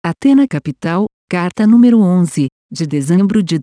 Athena Capital, carta número 11, de dezembro de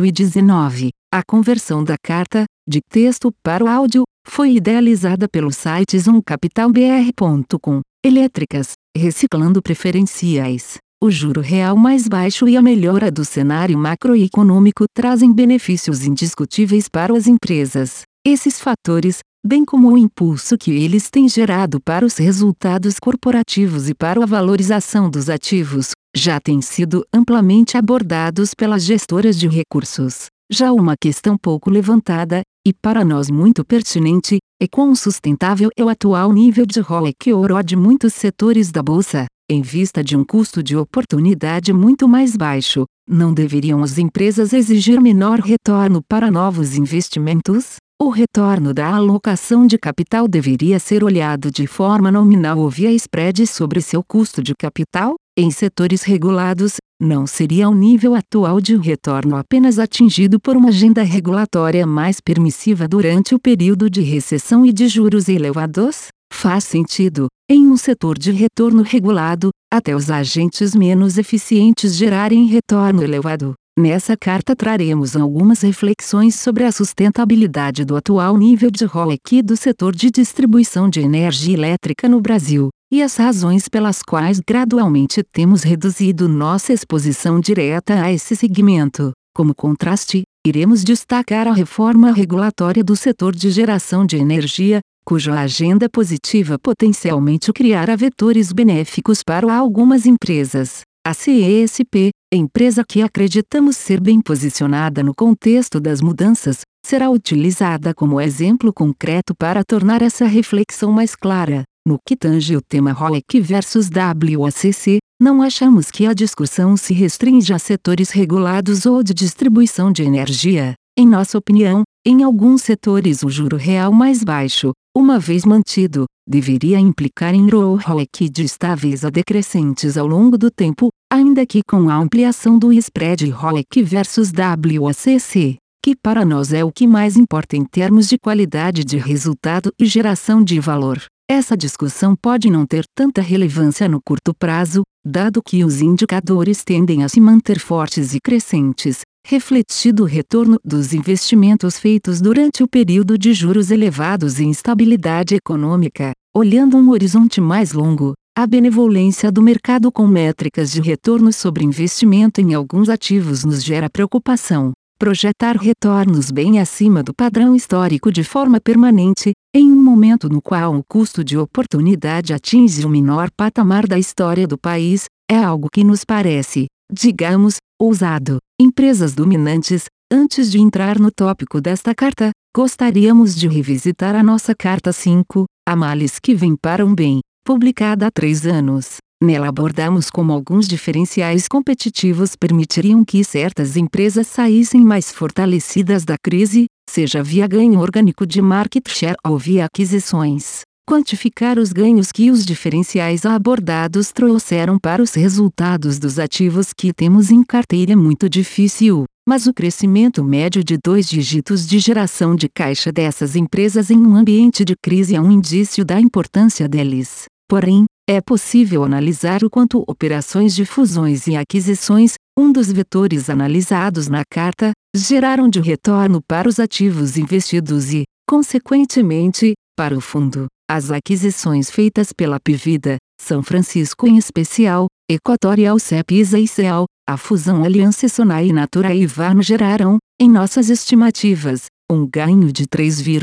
2019. A conversão da carta, de texto para o áudio, foi idealizada pelo site zoomcapitalbr.com. Elétricas, reciclando preferenciais. O juro real mais baixo e a melhora do cenário macroeconômico trazem benefícios indiscutíveis para as empresas. Esses fatores, bem como o impulso que eles têm gerado para os resultados corporativos e para a valorização dos ativos, já têm sido amplamente abordados pelas gestoras de recursos. Já uma questão pouco levantada, e para nós muito pertinente, é quão sustentável é o atual nível de ROIC de muitos setores da Bolsa. Em vista de um custo de oportunidade muito mais baixo, não deveriam as empresas exigir menor retorno para novos investimentos? O retorno da alocação de capital deveria ser olhado de forma nominal ou via spread sobre seu custo de capital? Em setores regulados, não seria o nível atual de retorno apenas atingido por uma agenda regulatória mais permissiva durante o período de recessão e de juros elevados? Faz sentido, em um setor de retorno regulado, até os agentes menos eficientes gerarem retorno elevado. Nessa carta traremos algumas reflexões sobre a sustentabilidade do atual nível de ROIC do setor de distribuição de energia elétrica no Brasil, e as razões pelas quais gradualmente temos reduzido nossa exposição direta a esse segmento. Como contraste, iremos destacar a reforma regulatória do setor de geração de energia, cuja agenda positiva potencialmente criará vetores benéficos para algumas empresas. A CESP, empresa que acreditamos ser bem posicionada no contexto das mudanças, será utilizada como exemplo concreto para tornar essa reflexão mais clara. No que tange o tema ROIC versus WACC, não achamos que a discussão se restringe a setores regulados ou de distribuição de energia. Em nossa opinião, em alguns setores o juro real mais baixo, uma vez mantido, deveria implicar em ROIC de estáveis a decrescentes ao longo do tempo, ainda que com a ampliação do spread ROIC versus WACC, que para nós é o que mais importa em termos de qualidade de resultado e geração de valor. Essa discussão pode não ter tanta relevância no curto prazo, dado que os indicadores tendem a se manter fortes e crescentes, refletindo o retorno dos investimentos feitos durante o período de juros elevados e instabilidade econômica. Olhando um horizonte mais longo, a benevolência do mercado com métricas de retorno sobre investimento em alguns ativos nos gera preocupação. Projetar retornos bem acima do padrão histórico de forma permanente, em um momento no qual o custo de oportunidade atinge o menor patamar da história do país, é algo que nos parece, digamos, ousado. Empresas dominantes. Antes de entrar no tópico desta carta, gostaríamos de revisitar a nossa carta 5, A Males que Vem para um Bem, publicada há 3 anos. Nela abordamos como alguns diferenciais competitivos permitiriam que certas empresas saíssem mais fortalecidas da crise, seja via ganho orgânico de market share ou via aquisições. Quantificar os ganhos que os diferenciais abordados trouxeram para os resultados dos ativos que temos em carteira é muito difícil, mas o crescimento médio de 2 dígitos de geração de caixa dessas empresas em um ambiente de crise é um indício da importância deles. Porém, é possível analisar o quanto operações de fusões e aquisições, um dos vetores analisados na carta, geraram de retorno para os ativos investidos e, consequentemente, para o fundo. As aquisições feitas pela Pvida, São Francisco em especial, Equatorial Cepisa e Ceal, a fusão Aliança Sonai e Natura e Varno geraram, em nossas estimativas, um ganho de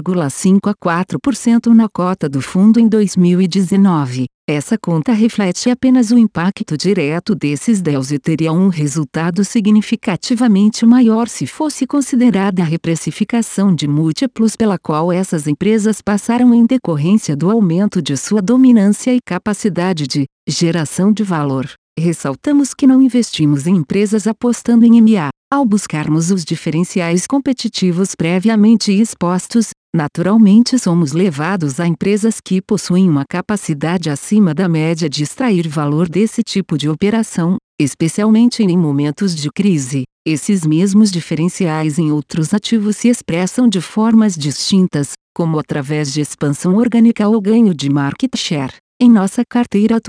3,5 a 4% na cota do fundo em 2019. Essa conta reflete apenas o impacto direto desses deals e teria um resultado significativamente maior se fosse considerada a reprecificação de múltiplos pela qual essas empresas passaram em decorrência do aumento de sua dominância e capacidade de geração de valor. Ressaltamos que não investimos em empresas apostando em MA. Ao buscarmos os diferenciais competitivos previamente expostos, naturalmente somos levados a empresas que possuem uma capacidade acima da média de extrair valor desse tipo de operação, especialmente em momentos de crise. Esses mesmos diferenciais em outros ativos se expressam de formas distintas, como através de expansão orgânica ou ganho de market share. Em nossa carteira atual,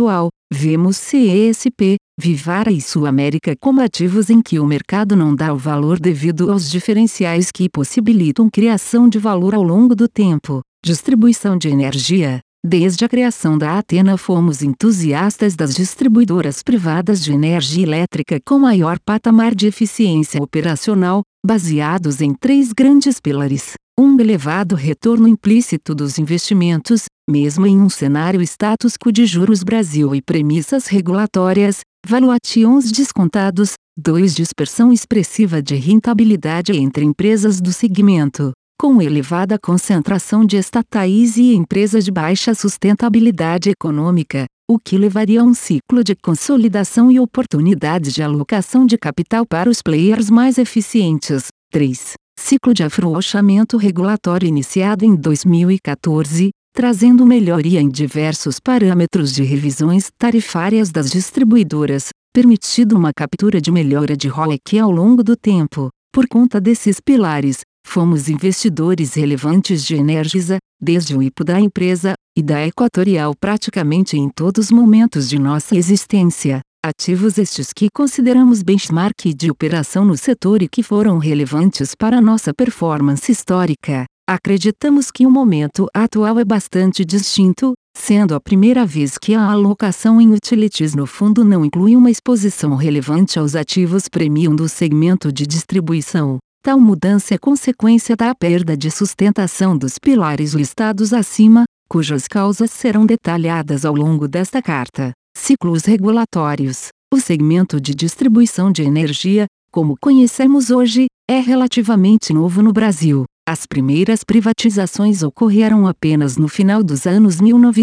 vemos CESP, Vivara e Sul América como ativos em que o mercado não dá o valor devido aos diferenciais que possibilitam criação de valor ao longo do tempo. Distribuição de energia. Desde a criação da Atena fomos entusiastas das distribuidoras privadas de energia elétrica com maior patamar de eficiência operacional, baseados em 3 grandes pilares. Um elevado retorno implícito dos investimentos, mesmo em um cenário status quo de juros Brasil e premissas regulatórias, valuations descontados. 2. Dispersão expressiva de rentabilidade entre empresas do segmento, com elevada concentração de estatais e empresas de baixa sustentabilidade econômica, o que levaria a um ciclo de consolidação e oportunidades de alocação de capital para os players mais eficientes. 3. Ciclo de afrouxamento regulatório iniciado em 2014, trazendo melhoria em diversos parâmetros de revisões tarifárias das distribuidoras, permitindo uma captura de melhora de ROIC ao longo do tempo. Por conta desses pilares, fomos investidores relevantes de Energisa, desde o IPO da empresa, e da Equatorial praticamente em todos os momentos de nossa existência. Ativos estes que consideramos benchmark de operação no setor e que foram relevantes para nossa performance histórica. Acreditamos que o momento atual é bastante distinto, sendo a primeira vez que a alocação em utilities no fundo não inclui uma exposição relevante aos ativos premium do segmento de distribuição. Tal mudança é consequência da perda de sustentação dos pilares listados acima, cujas causas serão detalhadas ao longo desta carta. Ciclos regulatórios. O segmento de distribuição de energia, como conhecemos hoje, é relativamente novo no Brasil. As primeiras privatizações ocorreram apenas no final dos anos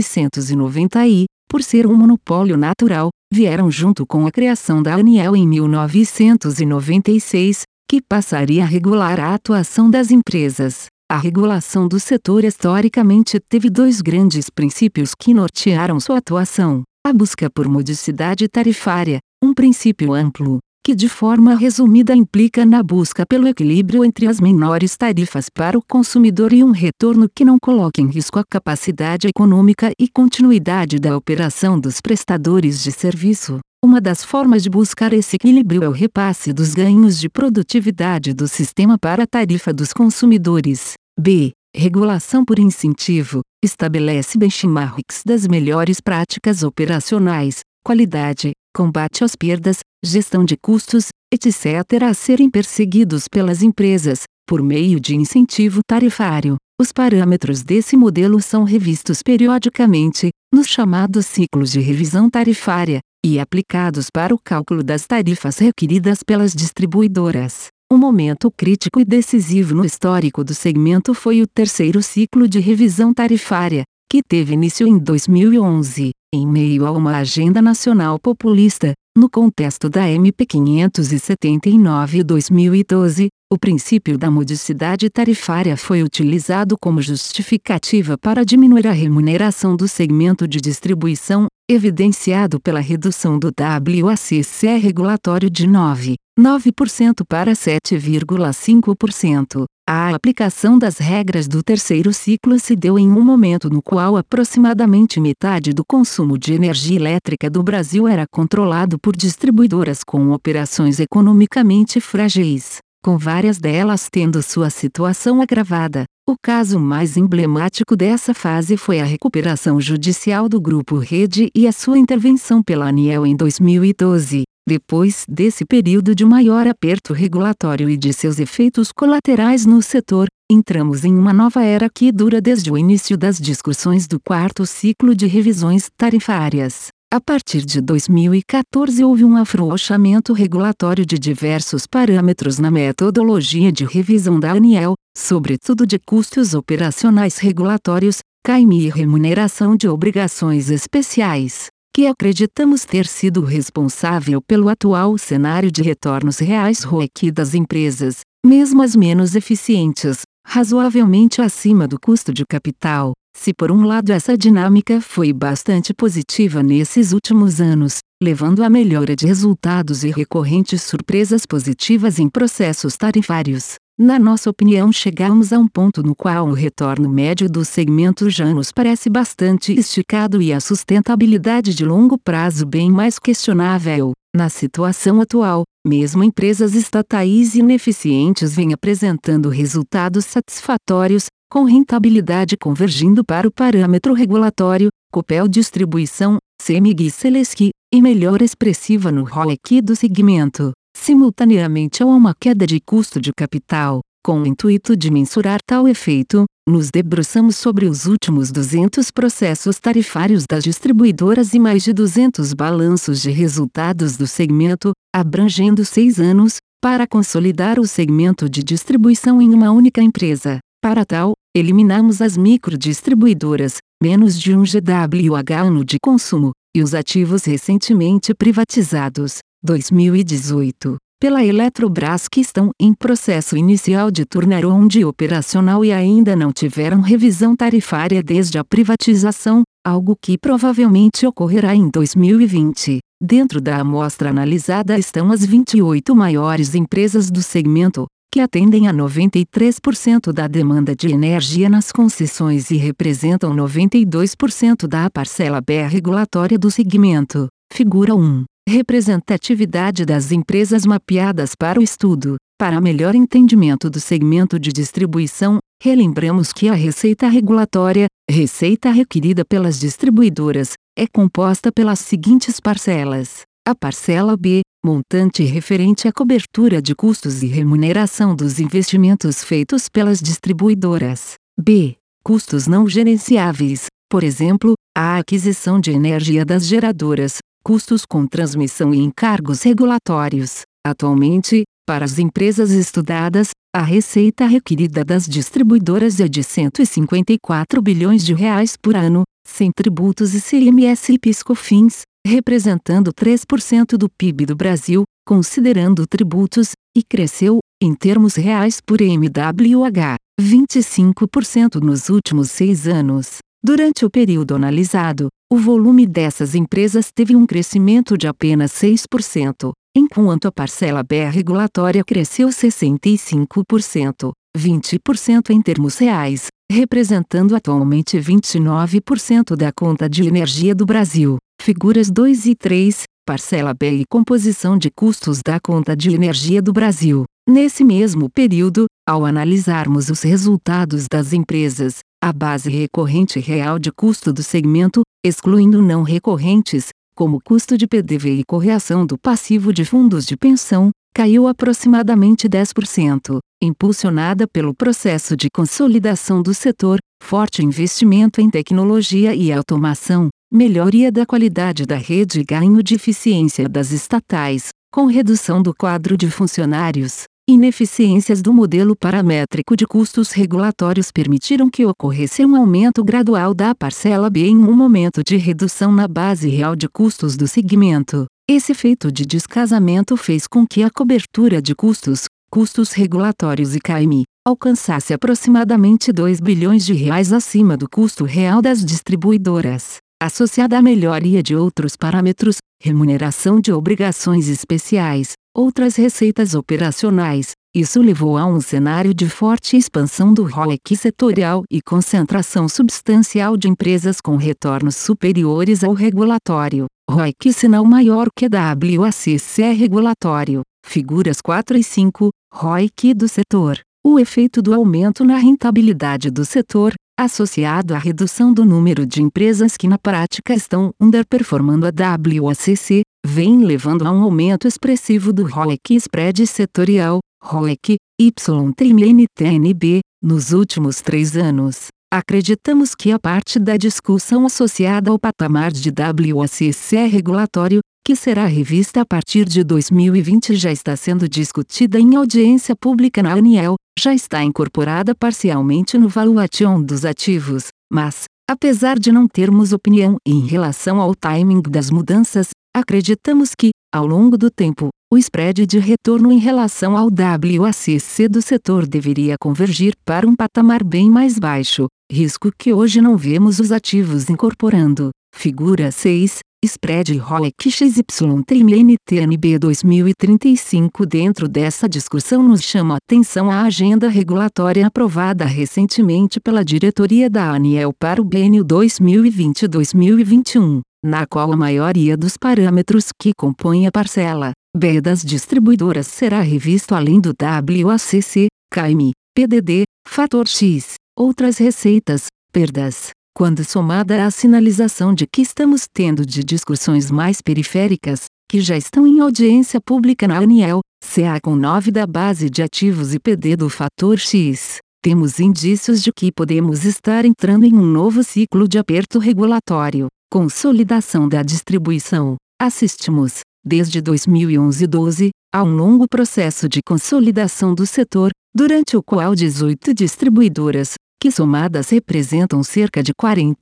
1990 e, por ser um monopólio natural, vieram junto com a criação da ANEEL em 1996, que passaria a regular a atuação das empresas. A regulação do setor historicamente teve 2 grandes princípios que nortearam sua atuação: a busca por modicidade tarifária, um princípio amplo, que de forma resumida implica na busca pelo equilíbrio entre as menores tarifas para o consumidor e um retorno que não coloque em risco a capacidade econômica e continuidade da operação dos prestadores de serviço. Uma das formas de buscar esse equilíbrio é o repasse dos ganhos de produtividade do sistema para a tarifa dos consumidores. B. Regulação por incentivo. Estabelece benchmarks das melhores práticas operacionais, qualidade, combate às perdas, gestão de custos, etc. a serem perseguidos pelas empresas, por meio de incentivo tarifário. Os parâmetros desse modelo são revistos periodicamente, nos chamados ciclos de revisão tarifária, e aplicados para o cálculo das tarifas requeridas pelas distribuidoras. Um momento crítico e decisivo no histórico do segmento foi o 3º ciclo de revisão tarifária, que teve início em 2011, em meio a uma agenda nacional populista. No contexto da MP 579/2012, o princípio da modicidade tarifária foi utilizado como justificativa para diminuir a remuneração do segmento de distribuição, evidenciado pela redução do WACC regulatório de 9,9% para 7,5%. A aplicação das regras do 3º ciclo se deu em um momento no qual aproximadamente metade do consumo de energia elétrica do Brasil era controlado por distribuidoras com operações economicamente frágeis, com várias delas tendo sua situação agravada. O caso mais emblemático dessa fase foi a recuperação judicial do Grupo Rede e a sua intervenção pela ANEEL em 2012. Depois desse período de maior aperto regulatório e de seus efeitos colaterais no setor, entramos em uma nova era que dura desde o início das discussões do 4º ciclo de revisões tarifárias. A partir de 2014 houve um afrouxamento regulatório de diversos parâmetros na metodologia de revisão da ANEEL, sobretudo de custos operacionais regulatórios, CAIM e remuneração de obrigações especiais, que acreditamos ter sido responsável pelo atual cenário de retornos reais ROIC das empresas, mesmo as menos eficientes, razoavelmente acima do custo de capital. Se por um lado essa dinâmica foi bastante positiva nesses últimos anos, levando a melhora de resultados e recorrentes surpresas positivas em processos tarifários, Na nossa opinião, chegamos a um ponto no qual o retorno médio do segmento já nos parece bastante esticado e a sustentabilidade de longo prazo bem mais questionável. Na situação atual, mesmo empresas estatais ineficientes vêm apresentando resultados satisfatórios, com rentabilidade convergindo para o parâmetro regulatório, Copel Distribuição, CEMIG e Celesc, e melhora expressiva no ROIC do segmento. Simultaneamente a uma queda de custo de capital. Com o intuito de mensurar tal efeito, nos debruçamos sobre os últimos 200 processos tarifários das distribuidoras e mais de 200 balanços de resultados do segmento, abrangendo 6 anos, para consolidar o segmento de distribuição em uma única empresa. Para tal, eliminamos as microdistribuidoras, menos de 1 GWh ano de consumo, e os ativos recentemente privatizados. 2018, pela Eletrobras, que estão em processo inicial de turnaround operacional e ainda não tiveram revisão tarifária desde a privatização, algo que provavelmente ocorrerá em 2020. Dentro da amostra analisada estão as 28 maiores empresas do segmento, que atendem a 93% da demanda de energia nas concessões e representam 92% da parcela B regulatória do segmento. Figura 1. Representatividade das empresas mapeadas para o estudo. Para melhor entendimento do segmento de distribuição, relembramos que a receita regulatória, receita requerida pelas distribuidoras, é composta pelas seguintes parcelas. A parcela B, montante referente à cobertura de custos e remuneração dos investimentos feitos pelas distribuidoras. B. Custos não gerenciáveis, por exemplo, a aquisição de energia das geradoras, custos com transmissão e encargos regulatórios. Atualmente, para as empresas estudadas, a receita requerida das distribuidoras é de R$ 154 bilhões por ano, sem tributos ICMS e PIS/COFINS, representando 3% do PIB do Brasil, considerando tributos, e cresceu, em termos reais por MWH, 25% nos últimos 6 anos. Durante o período analisado, o volume dessas empresas teve um crescimento de apenas 6%, enquanto a parcela B regulatória cresceu 65%, 20% em termos reais, representando atualmente 29% da conta de energia do Brasil. Figuras 2 e 3, parcela B e composição de custos da conta de energia do Brasil. Nesse mesmo período, ao analisarmos os resultados das empresas, a base recorrente real de custo do segmento, excluindo não recorrentes, como custo de PDV e correção do passivo de fundos de pensão, caiu aproximadamente 10%, impulsionada pelo processo de consolidação do setor, forte investimento em tecnologia e automação, melhoria da qualidade da rede e ganho de eficiência das estatais, com redução do quadro de funcionários. Ineficiências do modelo paramétrico de custos regulatórios permitiram que ocorresse um aumento gradual da parcela B em um momento de redução na base real de custos do segmento. Esse efeito de descasamento fez com que a cobertura de custos regulatórios e CAIM, alcançasse aproximadamente R$ 2 bilhões acima do custo real das distribuidoras. Associada à melhoria de outros parâmetros, remuneração de obrigações especiais, outras receitas operacionais, isso levou a um cenário de forte expansão do ROIC setorial e concentração substancial de empresas com retornos superiores ao regulatório. ROIC sinal maior que WACC regulatório. Figuras 4 e 5, ROIC do setor. O efeito do aumento na rentabilidade do setor, associado à redução do número de empresas que na prática estão underperformando a WACC, vem levando a um aumento expressivo do ROIC spread setorial, ROIC, YTRM-NTNB, nos últimos 3 anos. Acreditamos que a parte da discussão associada ao patamar de WACC regulatório, que será revista a partir de 2020, já está sendo discutida em audiência pública na ANEEL, já está incorporada parcialmente no valuation dos ativos, mas, apesar de não termos opinião em relação ao timing das mudanças, acreditamos que, ao longo do tempo, o spread de retorno em relação ao WACC do setor deveria convergir para um patamar bem mais baixo, risco que hoje não vemos os ativos incorporando. Figura 6, Spread ROIC XY-TRIM-NTNB 2035. Dentro dessa discussão nos chama a atenção a agenda regulatória aprovada recentemente pela diretoria da ANEEL para o biênio 2020-2021, na qual a maioria dos parâmetros que compõem a parcela B das distribuidoras será revisto além do WACC, CAIMI, PDD, Fator X, outras receitas, perdas. Quando somada à sinalização de que estamos tendo de discussões mais periféricas, que já estão em audiência pública na ANEEL, CA com 9 da base de ativos e PD do fator X, temos indícios de que podemos estar entrando em um novo ciclo de aperto regulatório, consolidação da distribuição. Assistimos, desde 2011-12, a um longo processo de consolidação do setor, durante o qual 18 distribuidoras, que somadas representam cerca de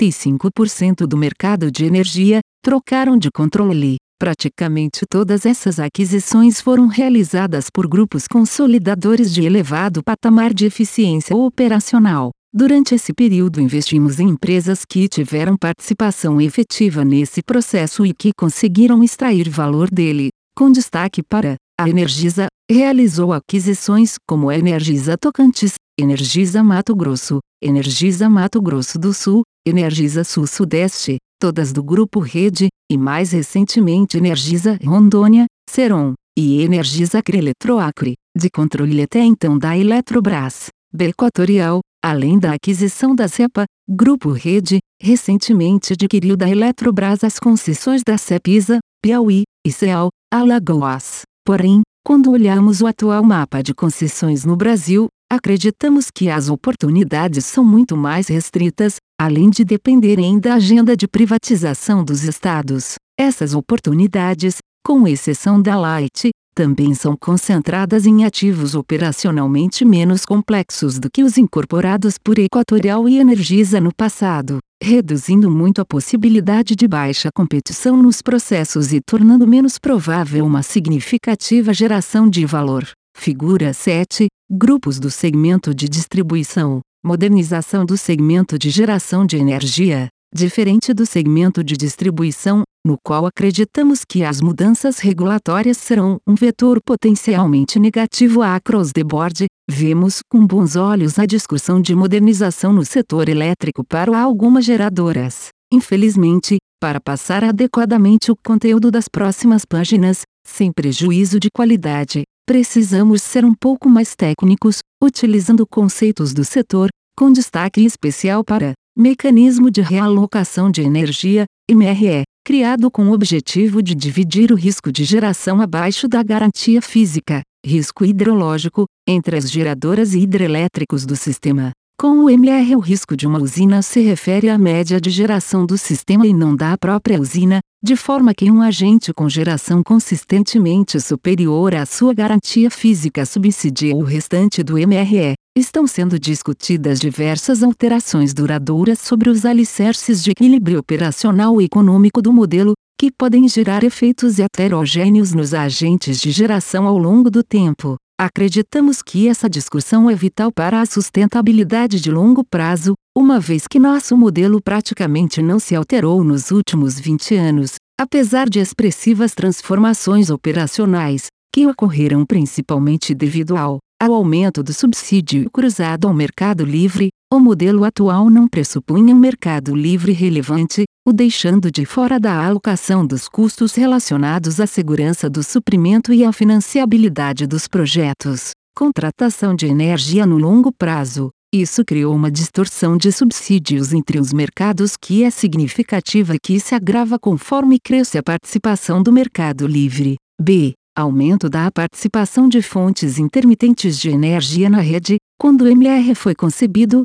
45% do mercado de energia, trocaram de controle. Praticamente todas essas aquisições foram realizadas por grupos consolidadores de elevado patamar de eficiência operacional. Durante esse período investimos em empresas que tiveram participação efetiva nesse processo e que conseguiram extrair valor dele, com destaque para a Energisa, realizou aquisições como a Energisa Tocantins, Energisa Mato Grosso, Energisa Mato Grosso do Sul, Energisa Sul-Sudeste, todas do Grupo Rede, e mais recentemente Energisa Rondônia, Ceron, e Energisa Acre, de controle até então da Eletrobras, Equatorial, além da aquisição da CEPA, Grupo Rede, recentemente adquiriu da Eletrobras as concessões da CEPISA, Piauí, e CEAL, Alagoas. Porém, quando olhamos o atual mapa de concessões no Brasil, acreditamos que as oportunidades são muito mais restritas, além de dependerem da agenda de privatização dos estados. Essas oportunidades, com exceção da Light, também são concentradas em ativos operacionalmente menos complexos do que os incorporados por Equatorial e Energisa no passado, reduzindo muito a possibilidade de baixa competição nos processos e tornando menos provável uma significativa geração de valor. Figura 7, grupos do segmento de distribuição, modernização do segmento de geração de energia. Diferente do segmento de distribuição, no qual acreditamos que as mudanças regulatórias serão um vetor potencialmente negativo across the board, vemos com bons olhos a discussão de modernização no setor elétrico para algumas geradoras. Infelizmente, para passar adequadamente o conteúdo das próximas páginas, sem prejuízo de qualidade, precisamos ser um pouco mais técnicos, utilizando conceitos do setor, com destaque especial para Mecanismo de Realocação de Energia, MRE, criado com o objetivo de dividir o risco de geração abaixo da garantia física, risco hidrológico, entre as geradoras e hidrelétricos do sistema. Com o MR, o risco de uma usina se refere à média de geração do sistema e não da própria usina, de forma que um agente com geração consistentemente superior à sua garantia física subsidia o restante do MRE. Estão sendo discutidas diversas alterações duradouras sobre os alicerces de equilíbrio operacional e econômico do modelo, que podem gerar efeitos heterogêneos nos agentes de geração ao longo do tempo. Acreditamos que essa discussão é vital para a sustentabilidade de longo prazo, uma vez que nosso modelo praticamente não se alterou nos últimos 20 anos, apesar de expressivas transformações operacionais, que ocorreram principalmente devido ao aumento do subsídio cruzado ao mercado livre. O modelo atual não pressupunha um mercado livre relevante, o deixando de fora da alocação dos custos relacionados à segurança do suprimento e à financiabilidade dos projetos. Contratação de energia no longo prazo. Isso criou uma distorção de subsídios entre os mercados que é significativa e que se agrava conforme cresce a participação do mercado livre. B. Aumento da participação de fontes intermitentes de energia na rede. Quando o MR foi concebido,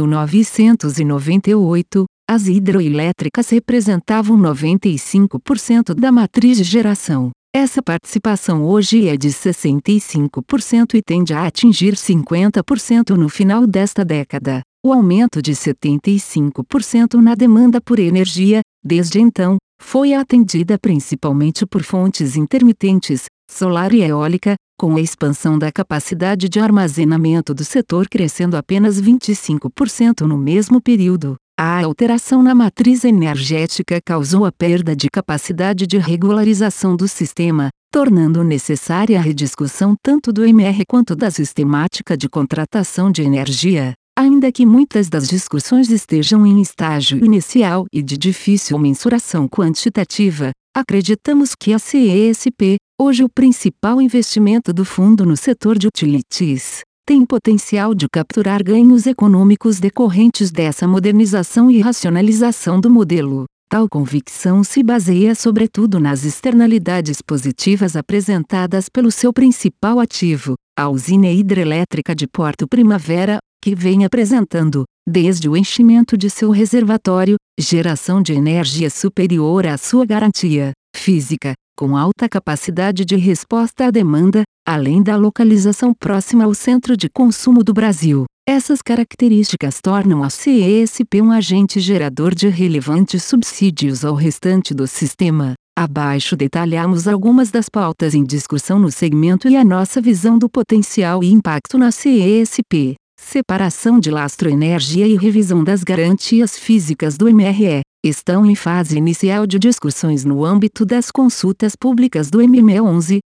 1998, as hidroelétricas representavam 95% da matriz de geração. Essa participação hoje é de 65% e tende a atingir 50% no final desta década. O aumento de 75% na demanda por energia, desde então, foi atendida principalmente por fontes intermitentes, solar e eólica, com a expansão da capacidade de armazenamento do setor crescendo apenas 25% no mesmo período. A alteração na matriz energética causou a perda de capacidade de regularização do sistema, tornando necessária a rediscussão tanto do MR quanto da sistemática de contratação de energia. Ainda que muitas das discussões estejam em estágio inicial e de difícil mensuração quantitativa, acreditamos que a CESP, hoje o principal investimento do fundo no setor de utilities, tem potencial de capturar ganhos econômicos decorrentes dessa modernização e racionalização do modelo. Tal convicção se baseia sobretudo nas externalidades positivas apresentadas pelo seu principal ativo, a usina hidrelétrica de Porto Primavera, que vem apresentando, desde o enchimento de seu reservatório, geração de energia superior à sua garantia física, com alta capacidade de resposta à demanda, além da localização próxima ao centro de consumo do Brasil. Essas características tornam a CESP um agente gerador de relevantes subsídios ao restante do sistema. Abaixo detalhamos algumas das pautas em discussão no segmento e a nossa visão do potencial e impacto na CESP. Separação de lastro-energia e revisão das garantias físicas do MRE estão em fase inicial de discussões no âmbito das consultas públicas do MME11,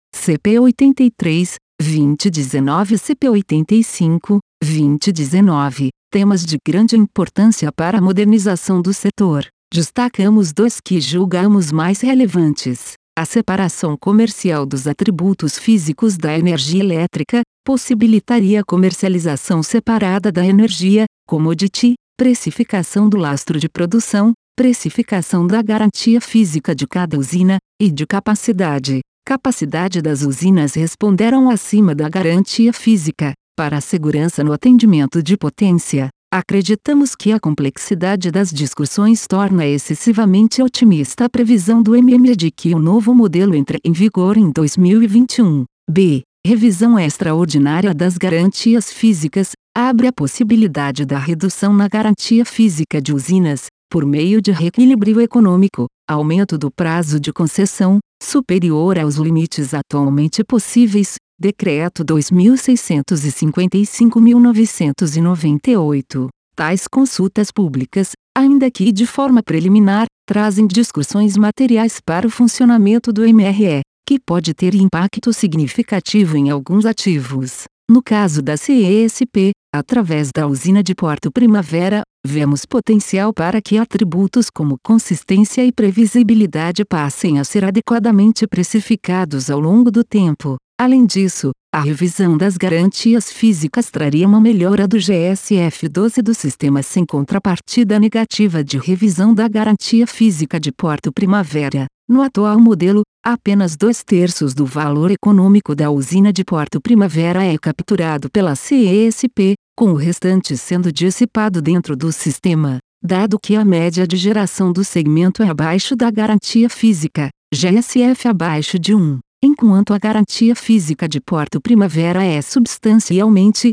CP83, 2019 e CP85, 2019, temas de grande importância para a modernização do setor. Destacamos dois que julgamos mais relevantes: a separação comercial dos atributos físicos da energia elétrica possibilitaria a comercialização separada da energia, commodity, precificação do lastro de produção, precificação da garantia física de cada usina, e de capacidade. Capacidade das usinas responderam acima da garantia física, para a segurança no atendimento de potência. Acreditamos que a complexidade das discussões torna excessivamente otimista a previsão do MME de que o novo modelo entre em vigor em 2021. B. Revisão extraordinária das garantias físicas abre a possibilidade da redução na garantia física de usinas, por meio de reequilíbrio econômico, aumento do prazo de concessão, superior aos limites atualmente possíveis. Decreto 2655/1998. Tais consultas públicas, ainda que de forma preliminar, trazem discussões materiais para o funcionamento do MRE, que pode ter impacto significativo em alguns ativos. No caso da CESP, através da usina de Porto Primavera, vemos potencial para que atributos como consistência e previsibilidade passem a ser adequadamente precificados ao longo do tempo. Além disso, a revisão das garantias físicas traria uma melhora do GSF-12 do sistema sem contrapartida negativa de revisão da garantia física de Porto Primavera. No atual modelo, apenas 2/3 do valor econômico da usina de Porto Primavera é capturado pela CESP, com o restante sendo dissipado dentro do sistema. Dado que a média de geração do segmento é abaixo da garantia física, GSF abaixo de 1. Enquanto a garantia física de Porto Primavera é substancialmente,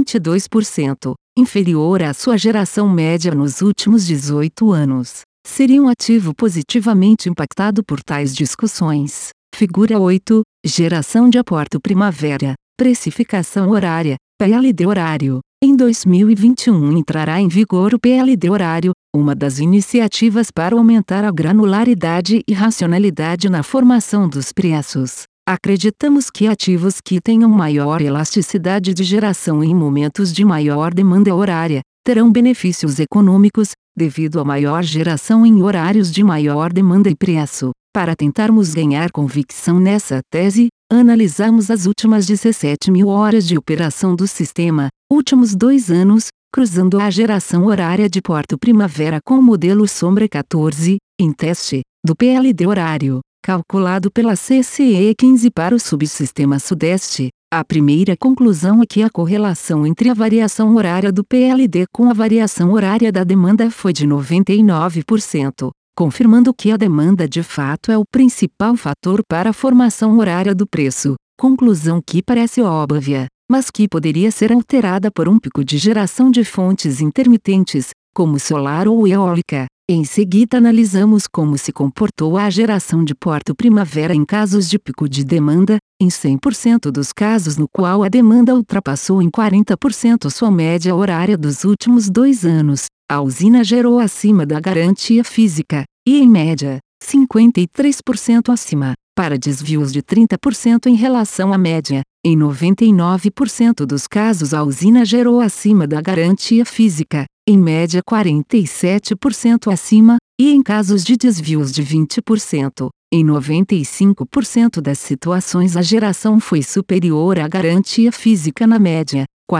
22%, inferior à sua geração média nos últimos 18 anos. Seria um ativo positivamente impactado por tais discussões. Figura 8, Geração de Porto Primavera, Precificação Horária, PLD Horário. Em 2021 entrará em vigor o PLD Horário, uma das iniciativas para aumentar a granularidade e racionalidade na formação dos preços. Acreditamos que ativos que tenham maior elasticidade de geração em momentos de maior demanda horária, terão benefícios econômicos, devido a maior geração em horários de maior demanda e preço. Para tentarmos ganhar convicção nessa tese, analisamos as últimas 17.000 horas de operação do sistema, últimos 2 anos, cruzando a geração horária de Porto Primavera com o modelo Sombra 14, em teste, do PLD horário, calculado pela CCE15 para o subsistema Sudeste. A primeira conclusão é que a correlação entre a variação horária do PLD com a variação horária da demanda foi de 99%, confirmando que a demanda de fato é o principal fator para a formação horária do preço. Conclusão que parece óbvia, mas que poderia ser alterada por um pico de geração de fontes intermitentes, como solar ou eólica. Em seguida analisamos como se comportou a geração de Porto Primavera em casos de pico de demanda, em 100% dos casos no qual a demanda ultrapassou em 40% sua média horária dos últimos 2 anos. a usina gerou acima da garantia física, e em média, 53% acima, para desvios de 30% em relação à média. Em 99% dos casos a usina gerou acima da garantia física, em média 47% acima, e em casos de desvios de 20%, em 95% das situações a geração foi superior à garantia física na média,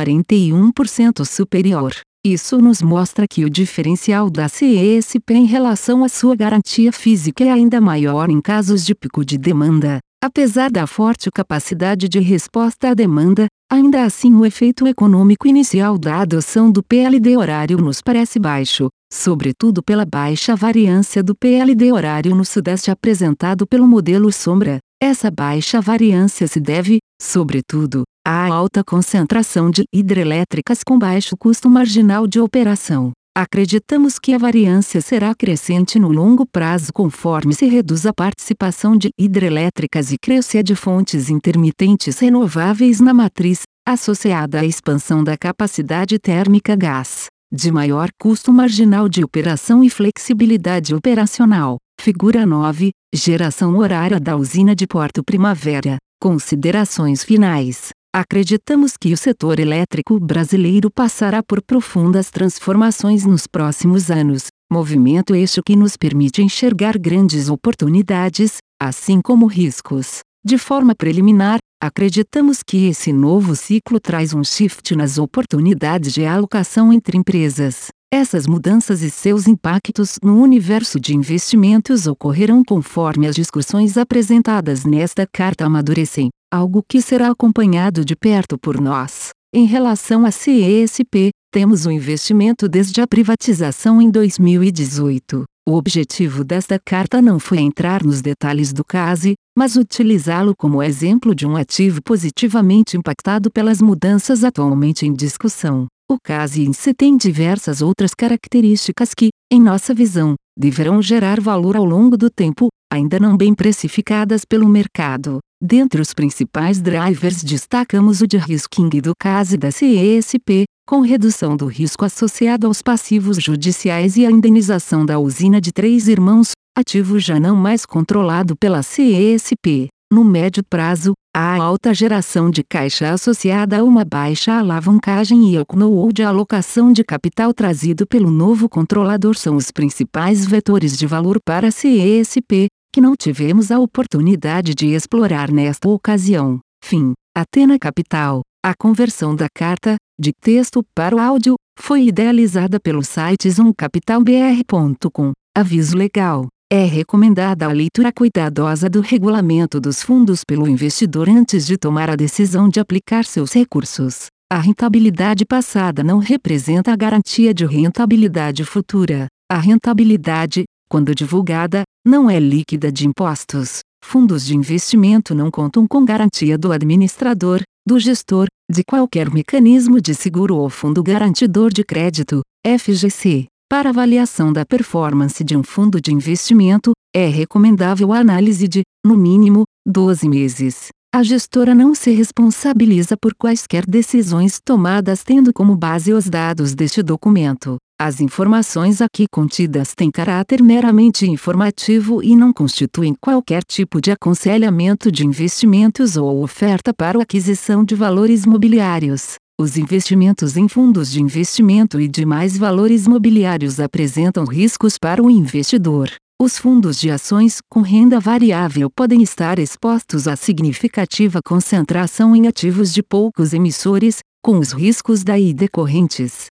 41% superior. Isso nos mostra que o diferencial da CESP em relação à sua garantia física é ainda maior em casos de pico de demanda. Apesar da forte capacidade de resposta à demanda, ainda assim o efeito econômico inicial da adoção do PLD horário nos parece baixo, sobretudo pela baixa variância do PLD horário no Sudeste apresentado pelo modelo Sombra. Essa baixa variância se deve, sobretudo, à alta concentração de hidrelétricas com baixo custo marginal de operação. Acreditamos que a variância será crescente no longo prazo conforme se reduz a participação de hidrelétricas e cresce a de fontes intermitentes renováveis na matriz, associada à expansão da capacidade térmica gás, de maior custo marginal de operação e flexibilidade operacional. Figura 9, geração horária da usina de Porto Primavera. Considerações finais. Acreditamos que o setor elétrico brasileiro passará por profundas transformações nos próximos anos, movimento este que nos permite enxergar grandes oportunidades, assim como riscos. De forma preliminar, acreditamos que esse novo ciclo traz um shift nas oportunidades de alocação entre empresas. Essas mudanças e seus impactos no universo de investimentos ocorrerão conforme as discussões apresentadas nesta carta amadurecem, algo que será acompanhado de perto por nós. Em relação à CESP, temos o investimento desde a privatização em 2018. O objetivo desta carta não foi entrar nos detalhes do CASE, mas utilizá-lo como exemplo de um ativo positivamente impactado pelas mudanças atualmente em discussão. O CASE em si tem diversas outras características que, em nossa visão, deverão gerar valor ao longo do tempo, ainda não bem precificadas pelo mercado. Dentre os principais drivers destacamos o de-risking do CASE da CESP, com redução do risco associado aos passivos judiciais e a indenização da usina de Três Irmãos, ativo já não mais controlado pela CESP. No médio prazo, a alta geração de caixa associada a uma baixa alavancagem e ao know-how de alocação de capital trazido pelo novo controlador são os principais vetores de valor para a CESP, que não tivemos a oportunidade de explorar nesta ocasião. Fim. Athena Capital. A conversão da carta, de texto para o áudio, foi idealizada pelo site zoomcapitalbr.com. Aviso legal. É recomendada a leitura cuidadosa do regulamento dos fundos pelo investidor antes de tomar a decisão de aplicar seus recursos. A rentabilidade passada não representa a garantia de rentabilidade futura. A rentabilidade, quando divulgada, não é líquida de impostos. Fundos de investimento não contam com garantia do administrador, do gestor, de qualquer mecanismo de seguro ou fundo garantidor de crédito, FGC. Para avaliação da performance de um fundo de investimento, é recomendável a análise de, no mínimo, 12 meses. A gestora não se responsabiliza por quaisquer decisões tomadas tendo como base os dados deste documento. As informações aqui contidas têm caráter meramente informativo e não constituem qualquer tipo de aconselhamento de investimentos ou oferta para a aquisição de valores mobiliários. Os investimentos em fundos de investimento e demais valores mobiliários apresentam riscos para o investidor. Os fundos de ações com renda variável podem estar expostos a significativa concentração em ativos de poucos emissores, com os riscos daí decorrentes.